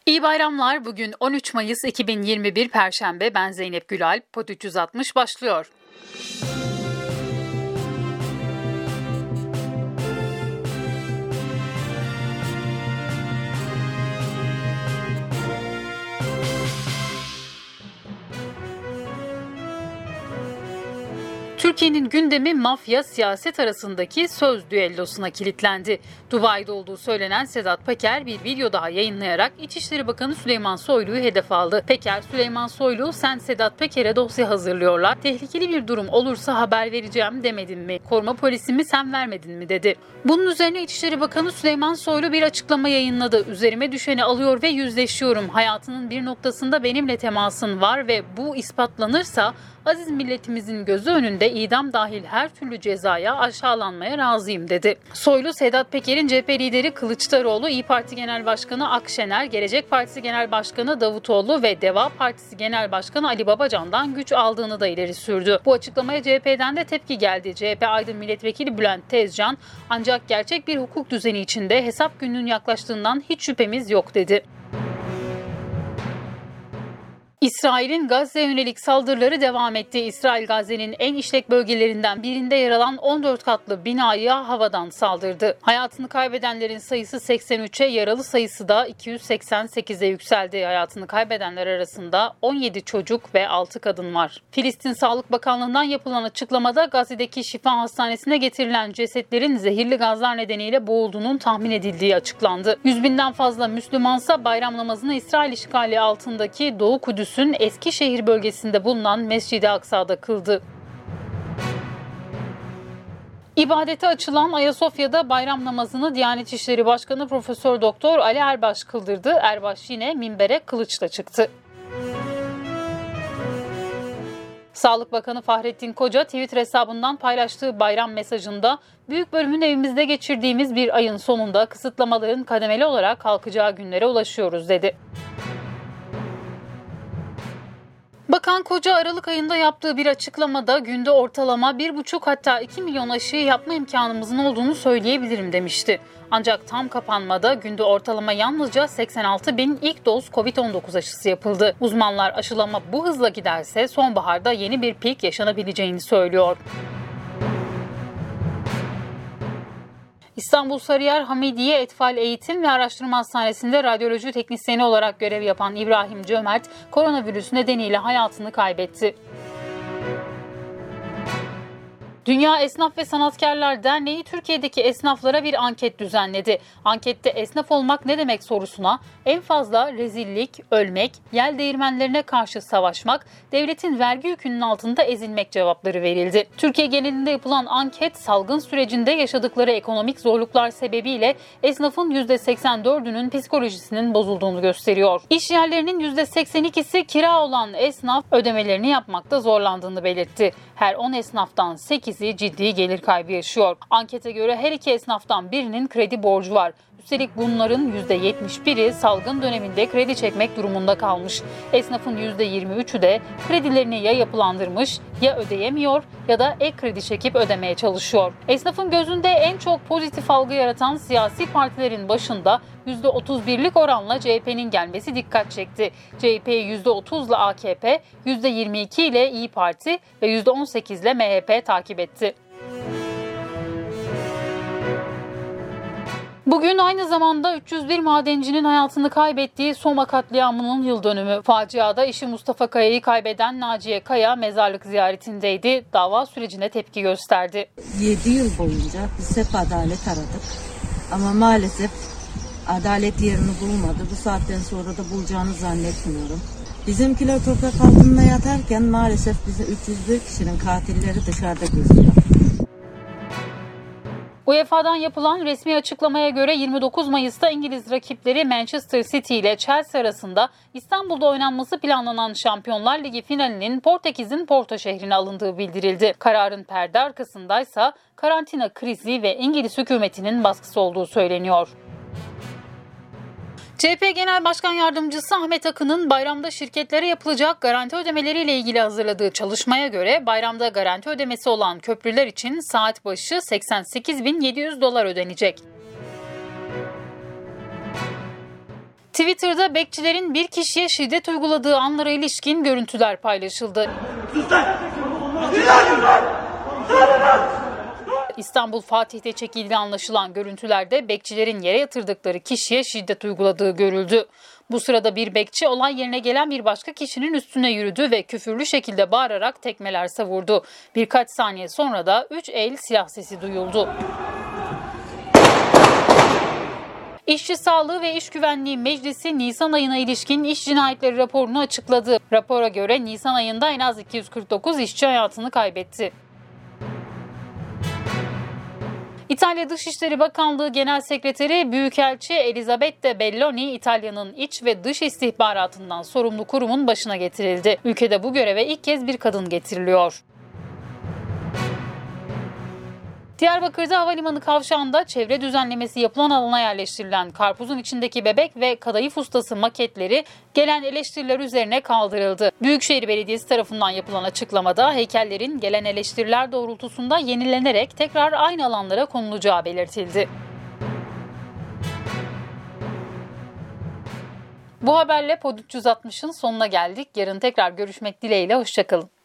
İyi bayramlar. Bugün 13 Mayıs 2021 Perşembe. Ben Zeynep Gülalp. Pod 360 başlıyor. Türkiye'nin gündemi mafya siyaset arasındaki söz düellosuna kilitlendi. Dubai'de olduğu söylenen Sedat Peker bir video daha yayınlayarak İçişleri Bakanı Süleyman Soylu'yu hedef aldı. Peker, Süleyman Soylu sen Sedat Peker'e dosya hazırlıyorlar. Tehlikeli bir durum olursa haber vereceğim demedin mi? Koruma polisimi sen vermedin mi dedi. Bunun üzerine İçişleri Bakanı Süleyman Soylu bir açıklama yayınladı. Üzerime düşeni alıyor ve yüzleşiyorum. Hayatının bir noktasında benimle temasın var ve bu ispatlanırsa aziz milletimizin gözü önünde idam dahil her türlü cezaya, aşağılanmaya razıyım dedi. Soylu, Sedat Peker'in CHP lideri Kılıçdaroğlu, İYİ Parti Genel Başkanı Akşener, Gelecek Partisi Genel Başkanı Davutoğlu ve Deva Partisi Genel Başkanı Ali Babacan'dan güç aldığını da ileri sürdü. Bu açıklamaya CHP'den de tepki geldi. CHP Aydın Milletvekili Bülent Tezcan, ancak gerçek bir hukuk düzeni içinde hesap gününün yaklaştığından hiç şüphemiz yok dedi. İsrail'in Gazze'ye yönelik saldırıları devam etti. İsrail, Gazze'nin en işlek bölgelerinden birinde yer alan 14 katlı binaya havadan saldırdı. Hayatını kaybedenlerin sayısı 83'e, yaralı sayısı da 288'e yükseldi. Hayatını kaybedenler arasında 17 çocuk ve 6 kadın var. Filistin Sağlık Bakanlığı'ndan yapılan açıklamada Gazze'deki Şifa Hastanesi'ne getirilen cesetlerin zehirli gazlar nedeniyle boğulduğunun tahmin edildiği açıklandı. 100 binden fazla Müslümansa bayram namazını İsrail işgali altındaki Doğu Kudüs'ün Eskişehir bölgesinde bulunan Mescid-i Aksa'da kıldı. İbadete açılan Ayasofya'da bayram namazını Diyanet İşleri Başkanı Profesör Doktor Ali Erbaş kıldırdı. Erbaş yine minbere kılıçla çıktı. Sağlık Bakanı Fahrettin Koca Twitter hesabından paylaştığı bayram mesajında büyük bölümünü evimizde geçirdiğimiz bir ayın sonunda kısıtlamaların kademeli olarak kalkacağı günlere ulaşıyoruz dedi. Bakan Koca Aralık ayında yaptığı bir açıklamada günde ortalama 1,5 hatta 2 milyon aşıyı yapma imkanımızın olduğunu söyleyebilirim demişti. Ancak tam kapanmada günde ortalama yalnızca 86 bin ilk doz COVID-19 aşısı yapıldı. Uzmanlar aşılama bu hızla giderse sonbaharda yeni bir pik yaşanabileceğini söylüyor. İstanbul Sarıyer Hamidiye Etfal Eğitim ve Araştırma Hastanesi'nde radyoloji teknisyeni olarak görev yapan İbrahim Cömert, koronavirüs nedeniyle hayatını kaybetti. Dünya Esnaf ve Sanatkarlar Derneği Türkiye'deki esnaflara bir anket düzenledi. Ankette esnaf olmak ne demek sorusuna en fazla rezillik, ölmek, yel değirmenlerine karşı savaşmak, devletin vergi yükünün altında ezilmek cevapları verildi. Türkiye genelinde yapılan anket salgın sürecinde yaşadıkları ekonomik zorluklar sebebiyle esnafın %84'ünün psikolojisinin bozulduğunu gösteriyor. İş yerlerinin %82'si kira olan esnaf ödemelerini yapmakta zorlandığını belirtti. Her 10 esnaftan 8'i ciddi gelir kaybı yaşıyor. Ankete göre her iki esnaftan birinin kredi borcu var. Üstelik bunların %71'i salgın döneminde kredi çekmek durumunda kalmış. Esnafın %23'ü de kredilerini ya yapılandırmış, ya ödeyemiyor ya da ek kredi çekip ödemeye çalışıyor. Esnafın gözünde en çok pozitif algı yaratan siyasi partilerin başında %31'lik oranla CHP'nin gelmesi dikkat çekti. CHP'yi %30'la AKP, %22 ile İYİ Parti ve %18 ile MHP takip etti. Bugün aynı zamanda 301 madencinin hayatını kaybettiği Soma katliamının yıl dönümü. Faciada eşi Mustafa Kaya'yı kaybeden Naciye Kaya mezarlık ziyaretindeydi. Dava sürecine tepki gösterdi. 7 yıl boyunca biz hep adalet aradık. Ama maalesef adalet yerini bulmadı. Bu saatten sonra da bulacağını zannetmiyorum. Bizimkiler toprak altında yatarken maalesef bize 301 kişinin katilleri dışarıda geziyor. UEFA'dan yapılan resmi açıklamaya göre 29 Mayıs'ta İngiliz rakipleri Manchester City ile Chelsea arasında İstanbul'da oynanması planlanan Şampiyonlar Ligi finalinin Portekiz'in Porto şehrine alındığı bildirildi. Kararın perde arkasındaysa karantina krizi ve İngiliz hükümetinin baskısı olduğu söyleniyor. CHP Genel Başkan Yardımcısı Ahmet Akın'ın bayramda şirketlere yapılacak garanti ödemeleriyle ilgili hazırladığı çalışmaya göre bayramda garanti ödemesi olan köprüler için saat başı $88.700 ödenecek. Twitter'da bekçilerin bir kişiye şiddet uyguladığı anlara ilişkin görüntüler paylaşıldı. İstanbul Fatih'te çekildiği anlaşılan görüntülerde bekçilerin yere yatırdıkları kişiye şiddet uyguladığı görüldü. Bu sırada bir bekçi olay yerine gelen bir başka kişinin üstüne yürüdü ve küfürlü şekilde bağırarak tekmeler savurdu. Birkaç saniye sonra da 3 el silah sesi duyuldu. İşçi Sağlığı ve İş Güvenliği Meclisi Nisan ayına ilişkin iş cinayetleri raporunu açıkladı. Rapora göre Nisan ayında en az 249 işçi hayatını kaybetti. İtalya Dışişleri Bakanlığı Genel Sekreteri Büyükelçi Elisabetta Belloni, İtalya'nın iç ve dış istihbaratından sorumlu kurumun başına getirildi. Ülkede bu göreve ilk kez bir kadın getiriliyor. Diyarbakır'da havalimanı kavşağında çevre düzenlemesi yapılan alana yerleştirilen karpuzun içindeki bebek ve kadayıf ustası maketleri gelen eleştiriler üzerine kaldırıldı. Büyükşehir Belediyesi tarafından yapılan açıklamada heykellerin gelen eleştiriler doğrultusunda yenilenerek tekrar aynı alanlara konulacağı belirtildi. Bu haberle Pod 360'ın sonuna geldik. Yarın tekrar görüşmek dileğiyle, hoşça kalın.